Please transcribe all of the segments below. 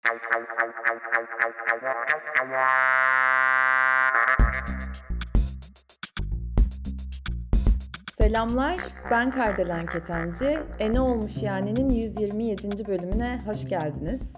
Selamlar, ben Kardelen Ketenci. Ne olmuş yani'nin 127. bölümüne hoş geldiniz.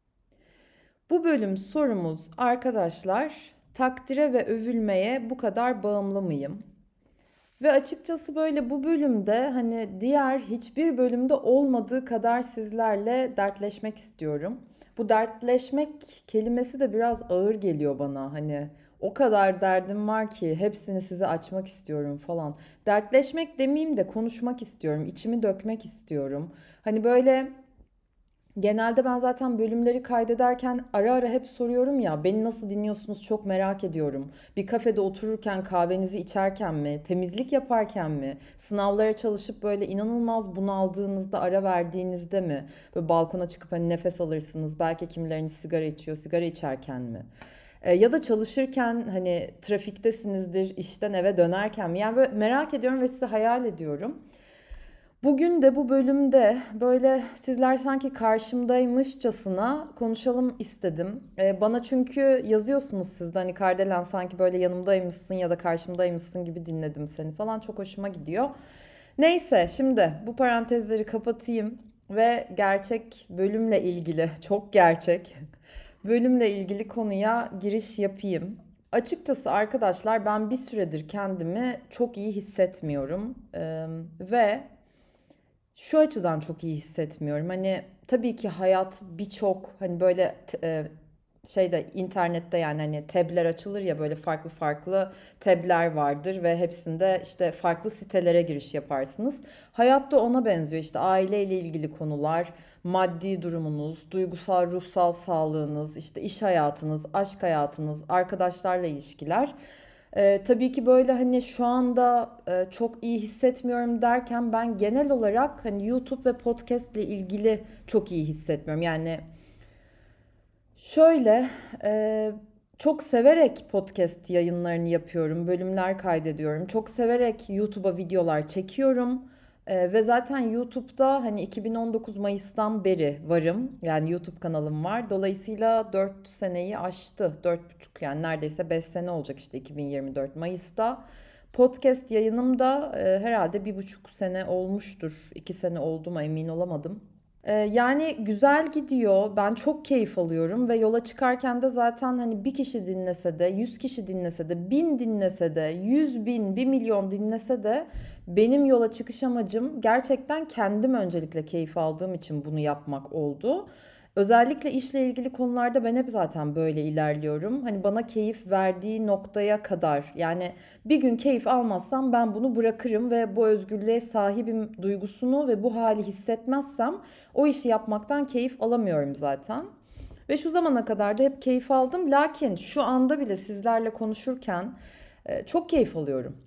Bu bölüm sorumuz arkadaşlar, takdire ve övülmeye bu kadar bağımlı mıyım? Ve açıkçası böyle bu bölümde hani diğer hiçbir bölümde olmadığı kadar sizlerle dertleşmek istiyorum. Bu dertleşmek kelimesi de biraz ağır geliyor bana. Hani o kadar derdim var ki hepsini size açmak istiyorum falan. Dertleşmek demeyeyim de konuşmak istiyorum, içimi dökmek istiyorum. Hani böyle genelde ben zaten bölümleri kaydederken ara ara hep soruyorum ya, beni nasıl dinliyorsunuz çok merak ediyorum. Bir kafede otururken, kahvenizi içerken mi, temizlik yaparken mi, sınavlara çalışıp böyle inanılmaz bunaldığınızda, ara verdiğinizde mi, böyle balkona çıkıp hani nefes alırsınız, belki kimileriniz sigara içiyor, sigara içerken mi? Ya da çalışırken hani trafiktesinizdir, işten eve dönerken mi? Yani böyle merak ediyorum ve sizi hayal ediyorum. Bugün de bu bölümde böyle sizler sanki karşımdaymışçasına konuşalım istedim. Bana çünkü yazıyorsunuz siz de hani Kardelen sanki böyle yanımdaymışsın ya da karşımdaymışsın gibi dinledim seni falan, çok hoşuma gidiyor. Neyse, şimdi bu parantezleri kapatayım ve gerçek bölümle ilgili, çok gerçek bölümle ilgili konuya giriş yapayım. Açıkçası arkadaşlar, ben bir süredir kendimi çok iyi hissetmiyorum. Ve şu açıdan çok iyi hissetmiyorum. Hani tabii ki hayat birçok hani böyle şeyde, internette yani hani tabler açılır ya, böyle farklı farklı tabler vardır ve hepsinde işte farklı sitelere giriş yaparsınız. Hayat da ona benziyor, işte aileyle ilgili konular, maddi durumunuz, duygusal ruhsal sağlığınız, işte iş hayatınız, aşk hayatınız, arkadaşlarla ilişkiler. Tabii ki böyle hani şu anda çok iyi hissetmiyorum derken ben genel olarak hani YouTube ve podcast ile ilgili çok iyi hissetmiyorum. Yani şöyle, çok severek podcast yayınlarını yapıyorum, bölümler kaydediyorum. Çok severek YouTube'a videolar çekiyorum. Ve zaten YouTube'da hani 2019 Mayıs'tan beri varım. Yani YouTube kanalım var. Dolayısıyla 4 seneyi aştı. 4,5, yani neredeyse 5 sene olacak işte 2024 Mayıs'ta. Podcast yayınım da herhalde 1,5 sene olmuştur. 2 sene oldu mu emin olamadım. Yani güzel gidiyor. Ben çok keyif alıyorum ve yola çıkarken de zaten hani bir kişi dinlese de, 100 kişi dinlese de, 1000 dinlese de, 100 bin, 1 milyon dinlese de benim yola çıkış amacım gerçekten kendim öncelikle keyif aldığım için bunu yapmak oldu. Özellikle işle ilgili konularda ben hep zaten böyle ilerliyorum. Hani bana keyif verdiği noktaya kadar, yani bir gün keyif almazsam ben bunu bırakırım ve bu özgürlüğe sahibim duygusunu ve bu hali hissetmezsem o işi yapmaktan keyif alamıyorum zaten. Ve şu zamana kadar da hep keyif aldım. Lakin şu anda bile sizlerle konuşurken çok keyif alıyorum.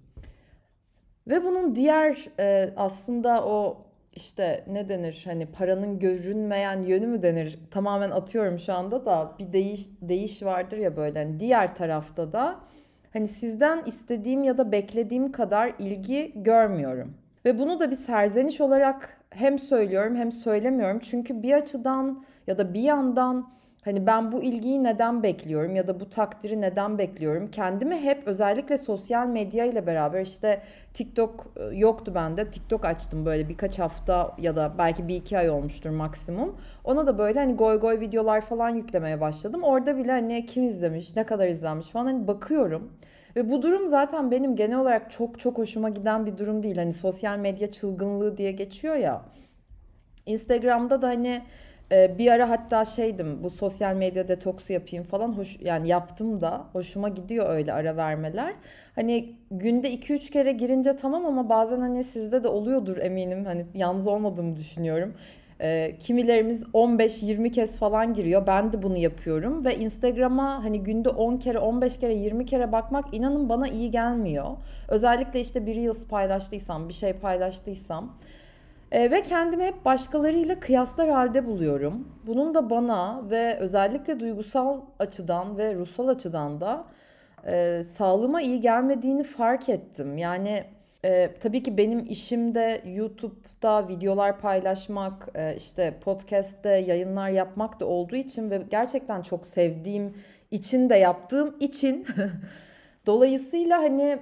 Ve bunun diğer aslında o işte ne denir, hani paranın görünmeyen yönü mü denir, tamamen atıyorum şu anda da, bir deyiş vardır ya böyle, hani diğer tarafta da hani sizden istediğim ya da beklediğim kadar ilgi görmüyorum. Ve bunu da bir serzeniş olarak hem söylüyorum hem söylemiyorum. Çünkü bir açıdan ya da bir yandan hani ben bu ilgiyi neden bekliyorum ya da bu takdiri neden bekliyorum? Kendimi hep, özellikle sosyal medya ile beraber, işte TikTok yoktu bende. TikTok açtım böyle birkaç hafta ya da belki bir iki ay olmuştur maksimum. Ona da böyle hani goy goy videolar falan yüklemeye başladım. Orada bile hani kim izlemiş, ne kadar izlenmiş falan hani bakıyorum. Ve bu durum zaten benim genel olarak çok çok hoşuma giden bir durum değil. Hani sosyal medya çılgınlığı diye geçiyor ya. Instagram'da da hani bir ara hatta şeydim, bu sosyal medya detoksu yapayım falan, hoş yani, yaptım da hoşuma gidiyor öyle ara vermeler. Hani günde 2-3 kere girince tamam, ama bazen hani sizde de oluyordur eminim, hani yalnız olmadığımı düşünüyorum. Kimilerimiz 15-20 kez falan giriyor. Ben de bunu yapıyorum ve Instagram'a hani günde 10 kere, 15 kere, 20 kere bakmak inanın bana iyi gelmiyor. Özellikle işte bir Reels paylaştıysam, bir şey paylaştıysam. Ve kendimi hep başkalarıyla kıyaslar halde buluyorum. Bunun da bana ve özellikle duygusal açıdan ve ruhsal açıdan da sağlığıma iyi gelmediğini fark ettim. Yani tabii ki benim işim de YouTube YouTube'da videolar paylaşmak, işte podcast'te yayınlar yapmak da olduğu için ve gerçekten çok sevdiğim için de yaptığım için dolayısıyla hani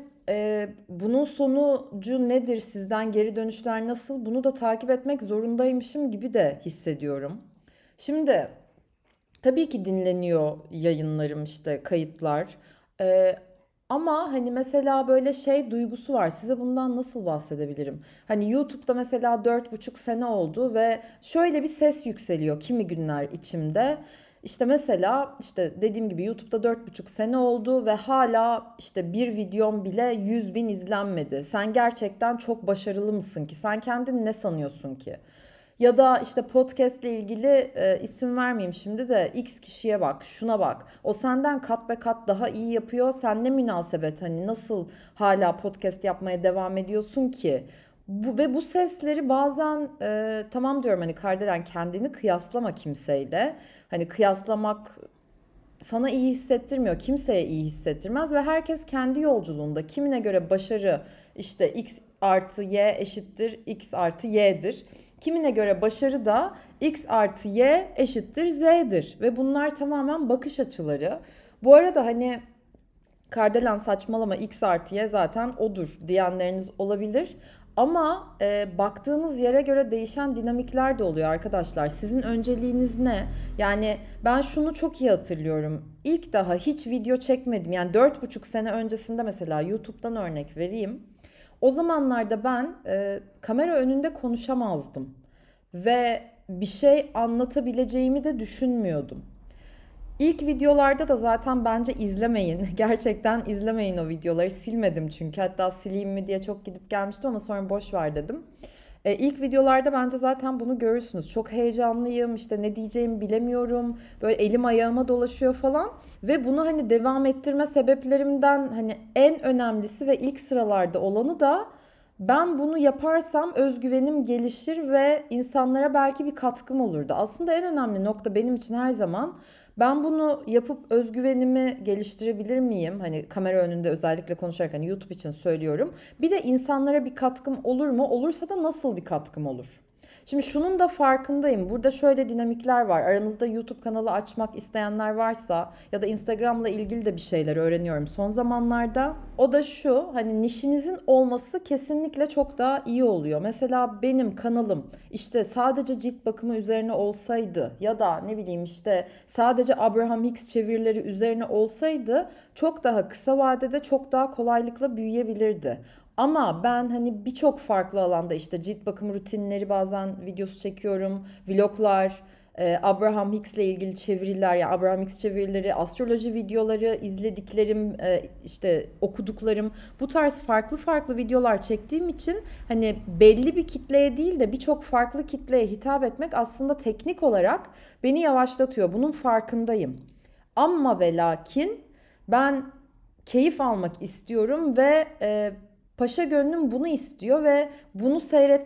bunun sonucu nedir, sizden geri dönüşler nasıl, bunu da takip etmek zorundaymışım gibi de hissediyorum. Şimdi tabii ki dinleniyor yayınlarım, işte kayıtlar. Ee, Ama hani mesela böyle şey duygusu var. Size bundan nasıl bahsedebilirim? Hani YouTube'da mesela 4,5 sene oldu ve şöyle bir ses yükseliyor kimi günler içimde. İşte mesela işte dediğim gibi YouTube'da 4,5 sene oldu ve hala işte bir videom bile 100 bin izlenmedi. Sen gerçekten çok başarılı mısın ki? Sen kendini ne sanıyorsun ki? Ya da işte podcast ile ilgili isim vermeyeyim şimdi de X kişiye bak, şuna bak. O senden kat be kat daha iyi yapıyor. Sen ne münasebet, hani nasıl hala podcast yapmaya devam ediyorsun ki? Ve bu sesleri bazen tamam diyorum, hani Kardelen kendini kıyaslama kimseyle. Hani kıyaslamak sana iyi hissettirmiyor. Kimseye iyi hissettirmez ve herkes kendi yolculuğunda. Kimine göre başarı işte x artı y eşittir x artı y'dir. Kimine göre başarı da x artı y eşittir z'dir. Ve bunlar tamamen bakış açıları. Bu arada hani Kardelen saçmalama, x artı y zaten odur diyenleriniz olabilir. Ama baktığınız yere göre değişen dinamikler de oluyor arkadaşlar. Sizin önceliğiniz ne? Yani ben şunu çok iyi hatırlıyorum. İlk daha hiç video çekmedim. Yani 4,5 sene öncesinde mesela YouTube'dan örnek vereyim. O zamanlarda ben kamera önünde konuşamazdım. Ve bir şey anlatabileceğimi de düşünmüyordum. İlk videolarda da zaten bence izlemeyin. Gerçekten izlemeyin o videoları. Silmedim çünkü. Hatta sileyim mi diye çok gidip gelmiştim ama sonra boş ver dedim. İlk videolarda bence zaten bunu görürsünüz. Çok heyecanlıyım, işte ne diyeceğimi bilemiyorum. Böyle elim ayağıma dolaşıyor falan. Ve bunu hani devam ettirme sebeplerimden hani en önemlisi ve ilk sıralarda olanı da ben bunu yaparsam özgüvenim gelişir ve insanlara belki bir katkım olurdu. Aslında en önemli nokta benim için her zaman ben bunu yapıp özgüvenimi geliştirebilir miyim? Hani kamera önünde özellikle konuşarken YouTube için söylüyorum. Bir de insanlara bir katkım olur mu? Olursa da nasıl bir katkım olur? Şimdi şunun da farkındayım. Burada şöyle dinamikler var. Aranızda YouTube kanalı açmak isteyenler varsa ya da Instagram'la ilgili de bir şeyler öğreniyorum son zamanlarda. O da şu, hani nişinizin olması kesinlikle çok daha iyi oluyor. Mesela benim kanalım işte sadece cilt bakımı üzerine olsaydı ya da ne bileyim işte sadece Abraham Hicks çevirileri üzerine olsaydı çok daha kısa vadede çok daha kolaylıkla büyüyebilirdi. Ama ben hani birçok farklı alanda işte cilt bakım rutinleri bazen videosu çekiyorum, vloglar, Abraham Hicks'le ilgili çeviriler, yani Abraham Hicks çevirileri, astroloji videoları, izlediklerim, işte okuduklarım, bu tarz farklı farklı videolar çektiğim için hani belli bir kitleye değil de birçok farklı kitleye hitap etmek aslında teknik olarak beni yavaşlatıyor. Bunun farkındayım. Ama ve lakin ben keyif almak istiyorum ve paşa gönlüm bunu istiyor ve bunu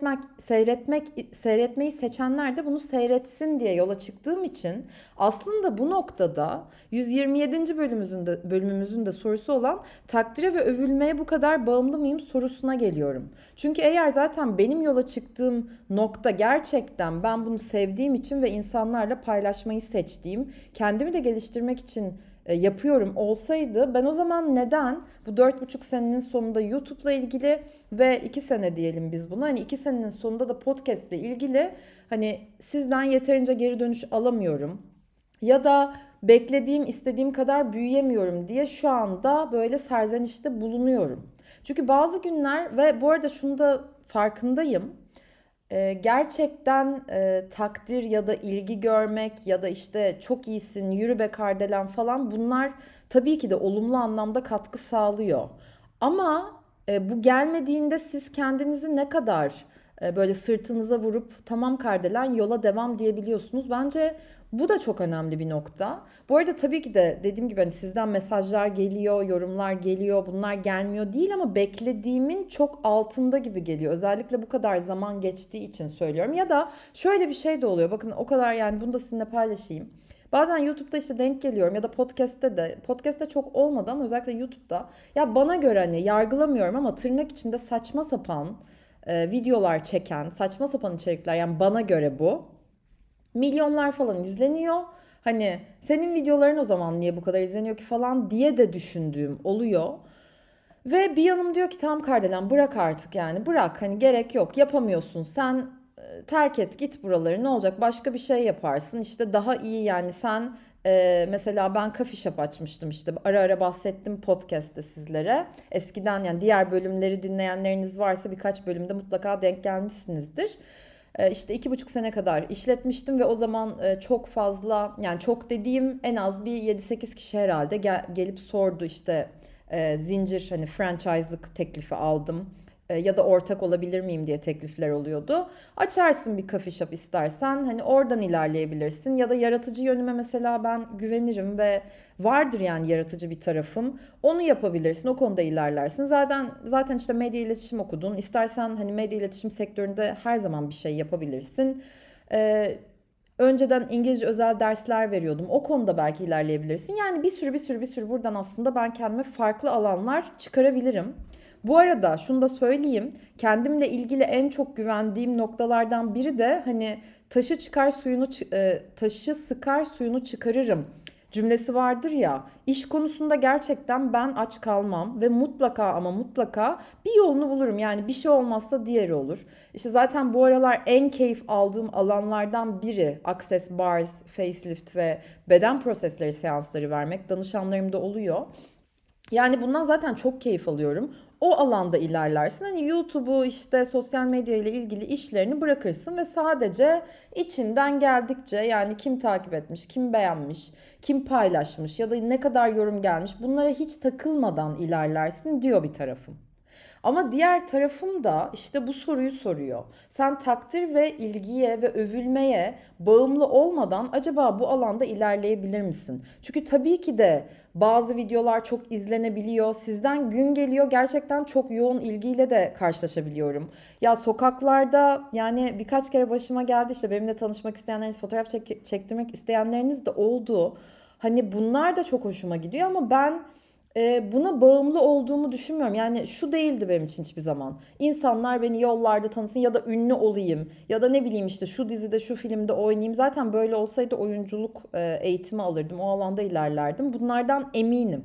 seyretmeyi seçenler de bunu seyretsin diye yola çıktığım için aslında bu noktada 127. bölümümüzün de sorusu olan takdire ve övülmeye bu kadar bağımlı mıyım sorusuna geliyorum. Çünkü eğer zaten benim yola çıktığım nokta gerçekten ben bunu sevdiğim için ve insanlarla paylaşmayı seçtiğim, kendimi de geliştirmek için yapıyorum olsaydı, ben o zaman neden bu 4,5 senenin sonunda YouTube'la ilgili ve 2 sene diyelim biz buna, hani 2 senenin sonunda da podcast ile ilgili hani sizden yeterince geri dönüş alamıyorum ya da beklediğim istediğim kadar büyüyemiyorum diye şu anda böyle serzenişte bulunuyorum. Çünkü bazı günler, ve bu arada şunu da farkındayım, gerçekten takdir ya da ilgi görmek ya da işte çok iyisin, yürü be kardelen falan, bunlar tabii ki de olumlu anlamda katkı sağlıyor. Ama bu gelmediğinde siz kendinizi ne kadar böyle sırtınıza vurup tamam kardelen yola devam diyebiliyorsunuz. Bence bu da çok önemli bir nokta. Bu arada tabii ki de dediğim gibi hani sizden mesajlar geliyor, yorumlar geliyor. Bunlar gelmiyor değil ama beklediğimin çok altında gibi geliyor. Özellikle bu kadar zaman geçtiği için söylüyorum. Ya da şöyle bir şey de oluyor. Bakın o kadar, yani bunu da sizinle paylaşayım. Bazen YouTube'da işte denk geliyorum ya da podcast'te çok olmadı ama özellikle YouTube'da ya bana göre hani yargılamıyorum ama tırnak içinde saçma sapan videolar çeken saçma sapan içerikler, yani bana göre bu. Milyonlar falan izleniyor. Hani senin videoların o zaman niye bu kadar izleniyor ki falan diye de düşündüğüm oluyor. Ve bir yanım diyor ki tamam Kardelen, bırak artık, yani bırak, hani gerek yok, yapamıyorsun sen, terk et git buraları, ne olacak, başka bir şey yaparsın işte daha iyi. Yani sen mesela ben coffee shop açmıştım, işte ara ara bahsettim podcast'te sizlere. Eskiden, yani diğer bölümleri dinleyenleriniz varsa birkaç bölümde mutlaka denk gelmişsinizdir. İşte 2,5 sene kadar işletmiştim ve o zaman çok fazla, yani çok dediğim en az bir 7-8 kişi herhalde gelip sordu işte, zincir hani franchise'lık teklifi aldım. Ya da ortak olabilir miyim diye teklifler oluyordu. Açarsın bir coffee shop istersen, hani oradan ilerleyebilirsin ya da yaratıcı yönüme mesela ben güvenirim ve vardır yani yaratıcı bir tarafım. Onu yapabilirsin, o konuda ilerlersin. Zaten işte medya iletişim okudun. İstersen hani medya iletişim sektöründe her zaman bir şey yapabilirsin. Ee, Önceden İngilizce özel dersler veriyordum. O konuda belki ilerleyebilirsin. Yani bir sürü buradan aslında ben kendime farklı alanlar çıkarabilirim. Bu arada şunu da söyleyeyim. Kendimle ilgili en çok güvendiğim noktalardan biri de hani taşı sıkar suyunu çıkarırım cümlesi vardır ya. İş konusunda gerçekten ben aç kalmam ve mutlaka ama mutlaka bir yolunu bulurum. Yani bir şey olmazsa diğeri olur. İşte zaten bu aralar en keyif aldığım alanlardan biri Access Bars, facelift ve beden prosesleri seansları vermek. Danışanlarımda oluyor. Yani bundan zaten çok keyif alıyorum. O alanda ilerlersin. Hani YouTube'u, işte sosyal medya ile ilgili işlerini bırakırsın ve sadece içinden geldikçe, yani kim takip etmiş, kim beğenmiş, kim paylaşmış ya da ne kadar yorum gelmiş, bunlara hiç takılmadan ilerlersin diyor bir tarafım. Ama diğer tarafım da işte bu soruyu soruyor. Sen takdir ve ilgiye ve övülmeye bağımlı olmadan acaba bu alanda ilerleyebilir misin? Çünkü tabii ki de bazı videolar çok izlenebiliyor. Sizden gün geliyor, gerçekten çok yoğun ilgiyle de karşılaşabiliyorum. Ya sokaklarda, yani birkaç kere başıma geldi, işte benimle tanışmak isteyenleriniz, fotoğraf çektirmek isteyenleriniz de oldu. Hani bunlar da çok hoşuma gidiyor ama ben buna bağımlı olduğumu düşünmüyorum. Yani şu değildi benim için hiçbir zaman. İnsanlar beni yollarda tanısın ya da ünlü olayım ya da ne bileyim işte şu dizide şu filmde oynayayım. Zaten böyle olsaydı oyunculuk eğitimi alırdım. O alanda ilerlerdim. Bunlardan eminim.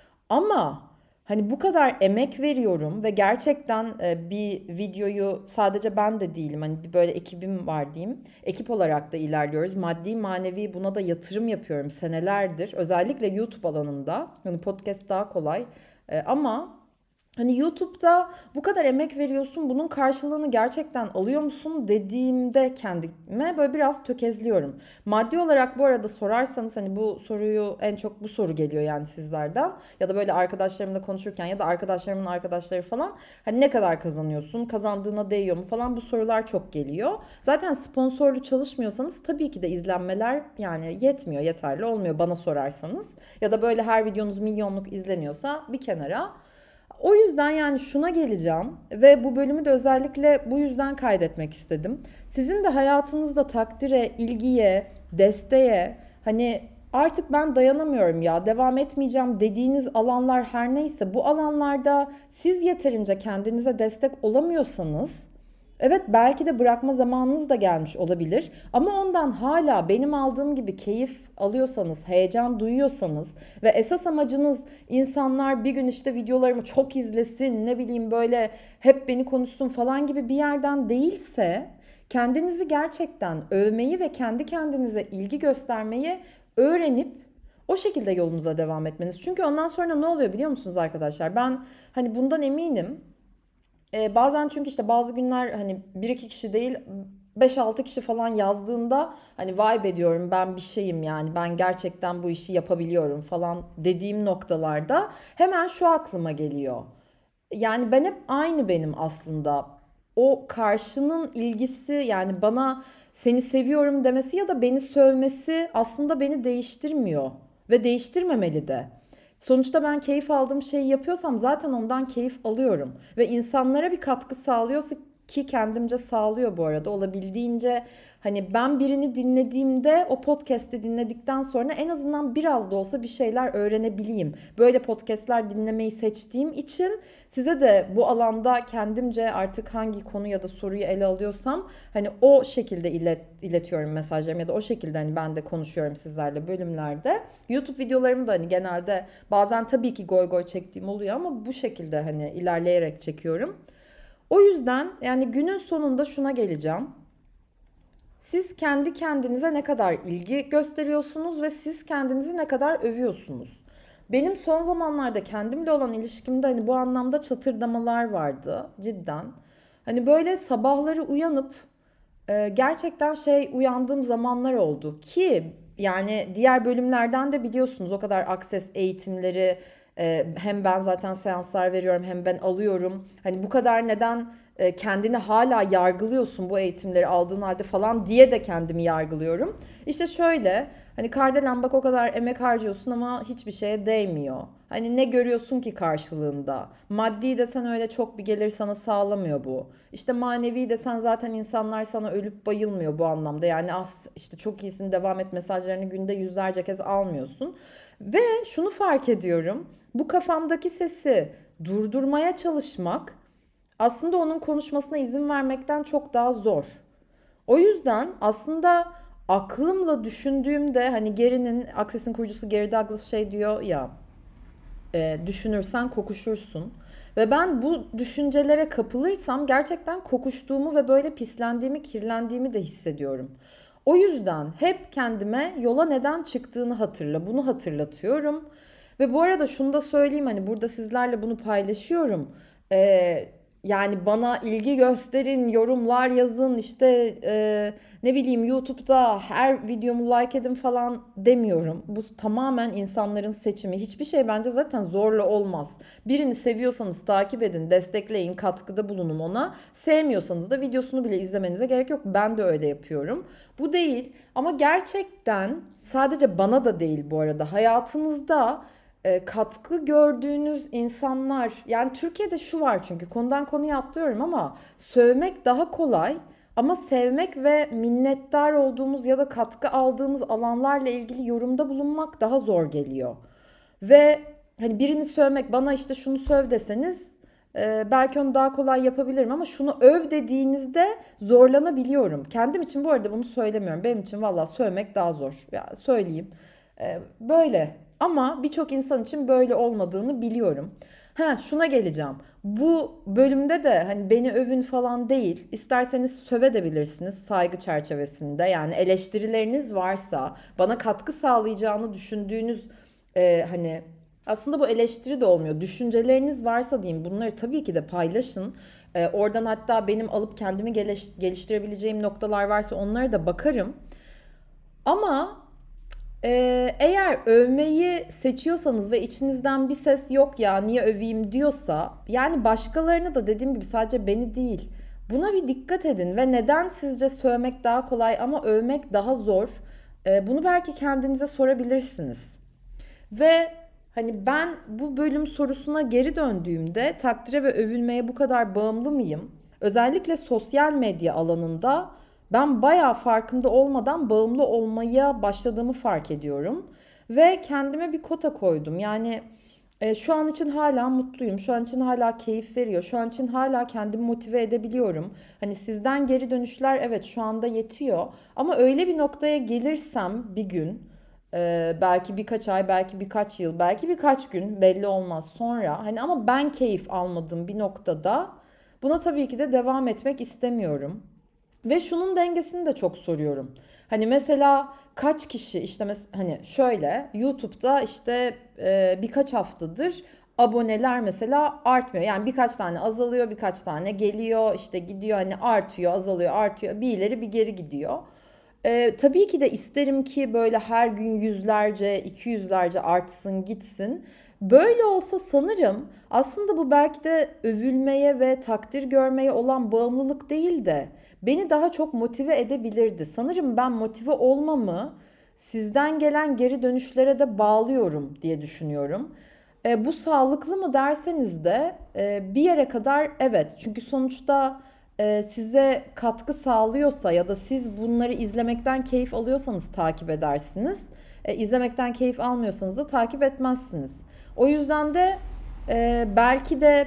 Ama hani bu kadar emek veriyorum ve gerçekten bir videoyu sadece ben de değilim. Hani bir böyle ekibim var diyeyim. Ekip olarak da ilerliyoruz. Maddi manevi buna da yatırım yapıyorum senelerdir. Özellikle YouTube alanında. Hani podcast daha kolay. Ama hani YouTube'da bu kadar emek veriyorsun, bunun karşılığını gerçekten alıyor musun dediğimde kendime böyle biraz tökezliyorum. Maddi olarak bu arada sorarsanız, hani bu soruyu en çok bu soru geliyor yani sizlerden ya da böyle arkadaşlarımla konuşurken ya da arkadaşlarımın arkadaşları falan, hani ne kadar kazanıyorsun, kazandığına değiyor mu falan, bu sorular çok geliyor. Zaten sponsorlu çalışmıyorsanız tabii ki de izlenmeler yani yetmiyor, yeterli olmuyor bana sorarsanız, ya da böyle her videonuz milyonluk izleniyorsa bir kenara. O yüzden yani şuna geleceğim ve bu bölümü de özellikle bu yüzden kaydetmek istedim. Sizin de hayatınızda takdire, ilgiye, desteğe, hani artık ben dayanamıyorum ya, devam etmeyeceğim dediğiniz alanlar her neyse, bu alanlarda siz yeterince kendinize destek olamıyorsanız, evet belki de bırakma zamanınız da gelmiş olabilir. Ama ondan hala benim aldığım gibi keyif alıyorsanız, heyecan duyuyorsanız ve esas amacınız insanlar bir gün işte videolarımı çok izlesin, ne bileyim böyle hep beni konuşsun falan gibi bir yerden değilse, kendinizi gerçekten övmeyi ve kendi kendinize ilgi göstermeyi öğrenip o şekilde yolunuza devam etmeniz. Çünkü ondan sonra ne oluyor biliyor musunuz arkadaşlar? Ben hani bundan eminim. Bazen çünkü işte bazı günler hani bir iki kişi değil, 5-6 kişi falan yazdığında hani vay be diyorum, ben bir şeyim, yani ben gerçekten bu işi yapabiliyorum falan dediğim noktalarda hemen şu aklıma geliyor. Yani ben hep aynı benim aslında. O karşının ilgisi, yani bana seni seviyorum demesi ya da beni sövmesi aslında beni değiştirmiyor ve değiştirmemeli de. Sonuçta ben keyif aldığım şeyi yapıyorsam zaten ondan keyif alıyorum ve insanlara bir katkı sağlıyorsa ki kendimce sağlıyor bu arada. Olabildiğince hani ben birini dinlediğimde o podcast'i dinledikten sonra en azından biraz da olsa bir şeyler öğrenebileyim. Böyle podcast'ler dinlemeyi seçtiğim için size de bu alanda kendimce artık hangi konu ya da soruyu ele alıyorsam hani o şekilde iletiyorum mesajlarımı ya da o şekilde hani ben de konuşuyorum sizlerle bölümlerde. YouTube videolarımı da hani genelde bazen tabii ki goy goy çektiğim oluyor ama bu şekilde hani ilerleyerek çekiyorum. O yüzden yani günün sonunda şuna geleceğim. Siz kendi kendinize ne kadar ilgi gösteriyorsunuz ve siz kendinizi ne kadar övüyorsunuz? Benim son zamanlarda kendimle olan ilişkimde hani bu anlamda çatırdamalar vardı cidden. Hani böyle sabahları uyanıp gerçekten uyandığım zamanlar oldu ki yani diğer bölümlerden de biliyorsunuz o kadar Access eğitimleri hem ben zaten seanslar veriyorum hem ben alıyorum. Hani bu kadar neden kendini hala yargılıyorsun bu eğitimleri aldığın halde falan diye de kendimi yargılıyorum. İşte şöyle hani Kardelen bak o kadar emek harcıyorsun ama hiçbir şeye değmiyor. Hani ne görüyorsun ki karşılığında? Maddi desen öyle çok bir gelir sana sağlamıyor bu. İşte manevi desen zaten insanlar sana ölüp bayılmıyor bu anlamda. Yani işte çok iyisin devam et mesajlarını günde yüzlerce kez almıyorsun. Ve şunu fark ediyorum. Bu kafamdaki sesi durdurmaya çalışmak aslında onun konuşmasına izin vermekten çok daha zor. O yüzden aslında aklımla düşündüğümde hani Gary'nin Access'in kurucusu Gary Douglas diyor ya düşünürsen kokuşursun. Ve ben bu düşüncelere kapılırsam gerçekten kokuştuğumu ve böyle pislendiğimi, kirlendiğimi de hissediyorum. O yüzden hep kendime yola neden çıktığını hatırla, bunu hatırlatıyorum. Ve bu arada şunu da söyleyeyim hani burada sizlerle bunu paylaşıyorum. Yani bana ilgi gösterin, yorumlar yazın, işte ne bileyim YouTube'da her videomu like edin falan demiyorum. Bu tamamen insanların seçimi. Hiçbir şey bence zaten zorla olmaz. Birini seviyorsanız takip edin, destekleyin, katkıda bulunun ona. Sevmiyorsanız da videosunu bile izlemenize gerek yok. Ben de öyle yapıyorum. Bu değil ama gerçekten sadece bana da değil bu arada. Hayatınızda katkı gördüğünüz insanlar yani Türkiye'de şu var çünkü konudan konuya atlıyorum ama sövmek daha kolay ama sevmek ve minnettar olduğumuz ya da katkı aldığımız alanlarla ilgili yorumda bulunmak daha zor geliyor. Ve hani birini sövmek bana işte şunu söv deseniz belki onu daha kolay yapabilirim ama şunu öv dediğinizde zorlanabiliyorum. Kendim için bu arada bunu söylemiyorum. Benim için valla sövmek daha zor. Ya söyleyeyim. Böyle. Ama birçok insan için böyle olmadığını biliyorum. Ha şuna geleceğim. Bu bölümde de hani beni övün falan değil. İsterseniz sövebilirsiniz saygı çerçevesinde. Yani eleştirileriniz varsa, bana katkı sağlayacağını düşündüğünüz hani aslında bu eleştiri de olmuyor. Düşünceleriniz varsa diyeyim bunları tabii ki de paylaşın. Oradan hatta benim alıp kendimi geliştirebileceğim noktalar varsa onlara da bakarım. Ama eğer övmeyi seçiyorsanız ve içinizden bir ses yok ya niye öveyim diyorsa yani başkalarını da dediğim gibi sadece beni değil buna bir dikkat edin ve neden sizce sövmek daha kolay ama övmek daha zor. Bunu belki kendinize sorabilirsiniz. Ve hani ben bu bölüm sorusuna geri döndüğümde takdire ve övülmeye bu kadar bağımlı mıyım? Özellikle sosyal medya alanında ben bayağı farkında olmadan bağımlı olmaya başladığımı fark ediyorum. Ve kendime bir kota koydum. Yani şu an için hala mutluyum. Şu an için hala keyif veriyor. Şu an için hala kendimi motive edebiliyorum. Hani sizden geri dönüşler evet şu anda yetiyor. Ama öyle bir noktaya gelirsem bir gün belki birkaç ay, belki birkaç yıl, belki birkaç gün belli olmaz sonra. Hani ama ben keyif almadığım bir noktada buna tabii ki de devam etmek istemiyorum. Ve şunun dengesini de çok soruyorum. Hani mesela kaç kişi işte hani şöyle YouTube'da işte birkaç haftadır aboneler mesela artmıyor. Yani birkaç tane azalıyor, birkaç tane geliyor, işte gidiyor hani artıyor, azalıyor, artıyor. Bir ileri bir geri gidiyor. Tabii ki de isterim ki böyle her gün yüzlerce, iki yüzlerce artsın, gitsin. Böyle olsa sanırım aslında bu belki de övülmeye ve takdir görmeye olan bağımlılık değil de beni daha çok motive edebilirdi. Sanırım ben motive olmamı sizden gelen geri dönüşlere de bağlıyorum diye düşünüyorum. Bu sağlıklı mı derseniz de bir yere kadar evet. Çünkü sonuçta size katkı sağlıyorsa ya da siz bunları izlemekten keyif alıyorsanız takip edersiniz. İzlemekten keyif almıyorsanız da takip etmezsiniz. O yüzden de belki de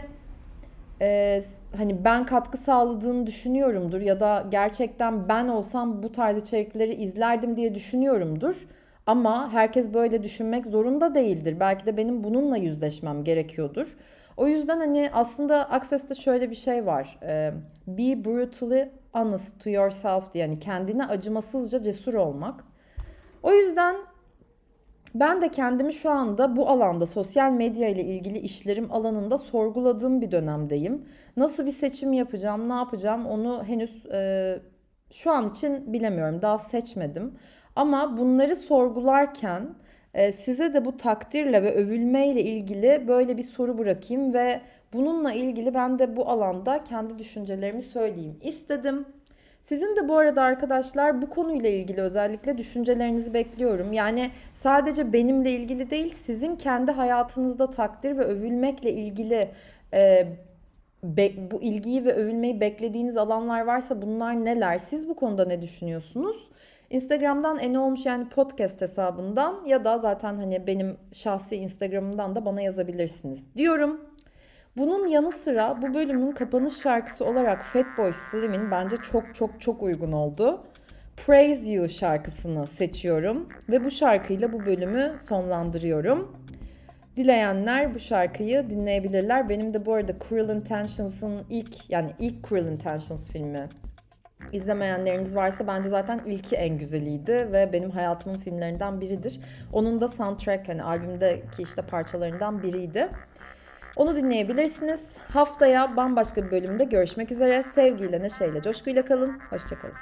hani ben katkı sağladığını düşünüyorumdur ya da gerçekten ben olsam bu tarz içerikleri izlerdim diye düşünüyorumdur. Ama herkes böyle düşünmek zorunda değildir. Belki de benim bununla yüzleşmem gerekiyordur. O yüzden hani aslında Access'te şöyle bir şey var. Be brutally honest to yourself diye, yani kendine acımasızca cesur olmak. O yüzden ben de kendimi şu anda bu alanda, sosyal medya ile ilgili işlerim alanında sorguladığım bir dönemdeyim. Nasıl bir seçim yapacağım, ne yapacağım onu henüz şu an için bilemiyorum. Daha seçmedim. Ama bunları sorgularken size de bu takdirle ve övülmeyle ilgili böyle bir soru bırakayım ve bununla ilgili ben de bu alanda kendi düşüncelerimi söyleyeyim istedim. Sizin de bu arada arkadaşlar bu konuyla ilgili özellikle düşüncelerinizi bekliyorum. Yani sadece benimle ilgili değil, sizin kendi hayatınızda takdir ve övülmekle ilgili e, bu ilgiyi ve övülmeyi beklediğiniz alanlar varsa bunlar neler? Siz bu konuda ne düşünüyorsunuz? Instagram'dan olmuş yani podcast hesabından ya da zaten hani benim şahsi Instagram'ımdan da bana yazabilirsiniz diyorum. Bunun yanı sıra bu bölümün kapanış şarkısı olarak Fatboy Slim'in bence çok çok çok uygun olduğu Praise You şarkısını seçiyorum ve bu şarkıyla bu bölümü sonlandırıyorum. Dileyenler bu şarkıyı dinleyebilirler. Benim de bu arada Cruel Intentions'ın ilk Cruel Intentions filmi İzlemeyenleriniz varsa bence zaten ilki en güzeliydi ve benim hayatımın filmlerinden biridir. Onun da soundtrack, hani albümdeki işte parçalarından biriydi. Onu dinleyebilirsiniz. Haftaya bambaşka bir bölümde görüşmek üzere. Sevgiyle, neşeyle, coşkuyla kalın. Hoşça kalın.